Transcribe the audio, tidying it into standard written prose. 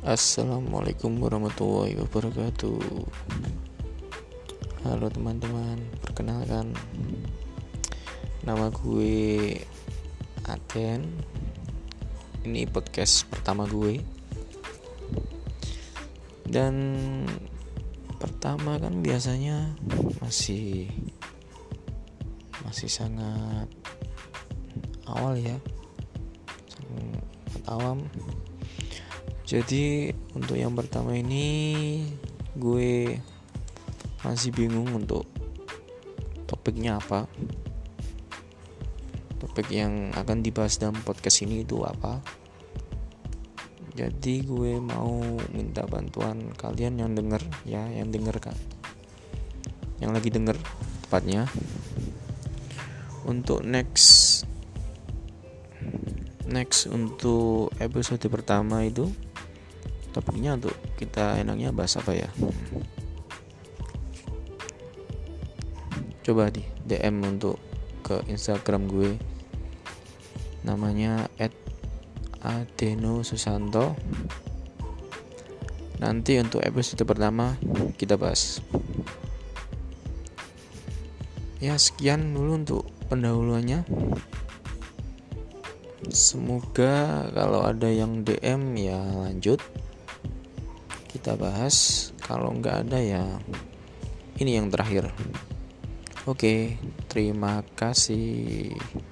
Assalamualaikum warahmatullahi wabarakatuh. Halo teman-teman, perkenalkan, nama gue Aten. Ini podcast pertama gue. Dan pertama kan biasanya masih sangat awal ya, sangat awam. Jadi untuk yang pertama ini gue masih bingung untuk topiknya apa. Topik yang akan dibahas dalam podcast ini itu apa. Jadi gue mau minta bantuan kalian yang denger ya, yang denger kan, yang lagi denger tepatnya. Untuk next untuk episode pertama itu topiknya untuk kita enaknya bahas apa ya? Coba di DM untuk ke Instagram gue, namanya @adenosusanto. Nanti untuk episode pertama kita bahas. Ya sekian dulu untuk pendahuluannya. Semoga kalau ada yang DM ya lanjut kita bahas, kalau nggak ada ya ini yang terakhir. Oke, terima kasih.